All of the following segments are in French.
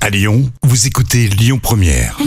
À Lyon, vous écoutez Lyon Première.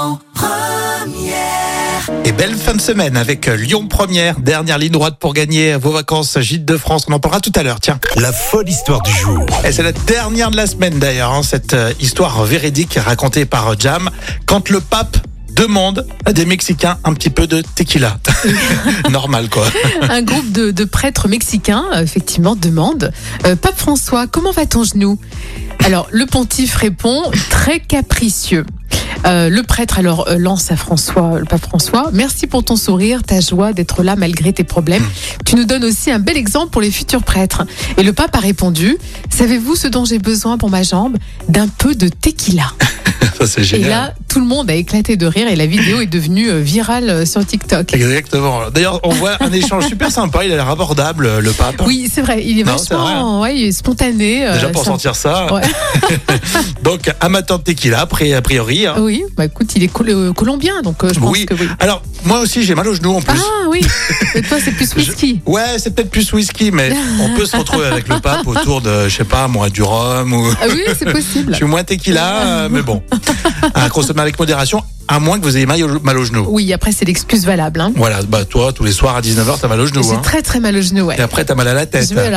Et belle fin de semaine avec Lyon Première, dernière ligne droite pour gagner vos vacances Gîtes de France. On en parlera tout à l'heure, tiens. La folle histoire du jour. Et c'est la dernière de la semaine d'ailleurs, cette histoire véridique racontée par Jam. Quand le pape demande à des Mexicains un petit peu de tequila. Normal quoi. Un groupe de prêtres mexicains, effectivement, demande Pape François, comment va ton genou ? Alors, le pontife répond très capricieux. Le prêtre alors lance à le pape François: merci pour ton sourire, ta joie d'être là malgré tes problèmes. Tu nous donnes aussi un bel exemple pour les futurs prêtres. Et le pape a répondu: savez-vous ce dont j'ai besoin pour ma jambe ? D'un peu de tequila. Ça, c'est génial. Et là, tout le monde a éclaté de rire et la vidéo est devenue virale sur TikTok. Exactement. D'ailleurs, on voit un échange super sympa. Il a l'air abordable, le pape. Oui, c'est vrai. Il est vachement il est spontané. Déjà pour sentir ça. Ouais. Donc, amateur de tequila, a priori. Hein. Oui, bah écoute, il est colombien, donc je pense que oui. Alors, moi aussi, j'ai mal au genou en plus. Ah oui, mais toi, c'est plus whisky. Ouais, c'est peut-être plus whisky, mais on peut se retrouver avec le pape autour de, je sais pas, moi, du rhum ou... Ah oui, c'est possible. Je suis moins tequila, mais bon. À consommer avec modération, à moins que vous ayez mal au genou. Oui, après, c'est l'excuse valable. Hein. Voilà, bah toi, tous les soirs à 19h, t'as mal au genou. J'ai très très mal au genou, ouais. Et après, t'as mal à la tête. Voilà.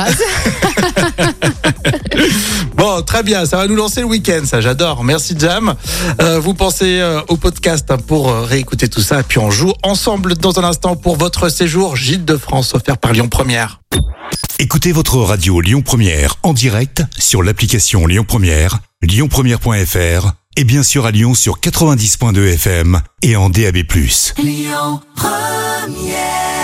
Bon, très bien, ça va nous lancer le week-end, ça, j'adore. Merci Jam. Vous pensez au podcast pour réécouter tout ça, et puis on joue ensemble dans un instant pour votre séjour Gîtes de France offert par Lyon Première. Écoutez votre radio Lyon Première en direct sur l'application Lyon Première, lyonpremière.fr et bien sûr à Lyon sur 90.2 FM et en DAB+. Lyon Première.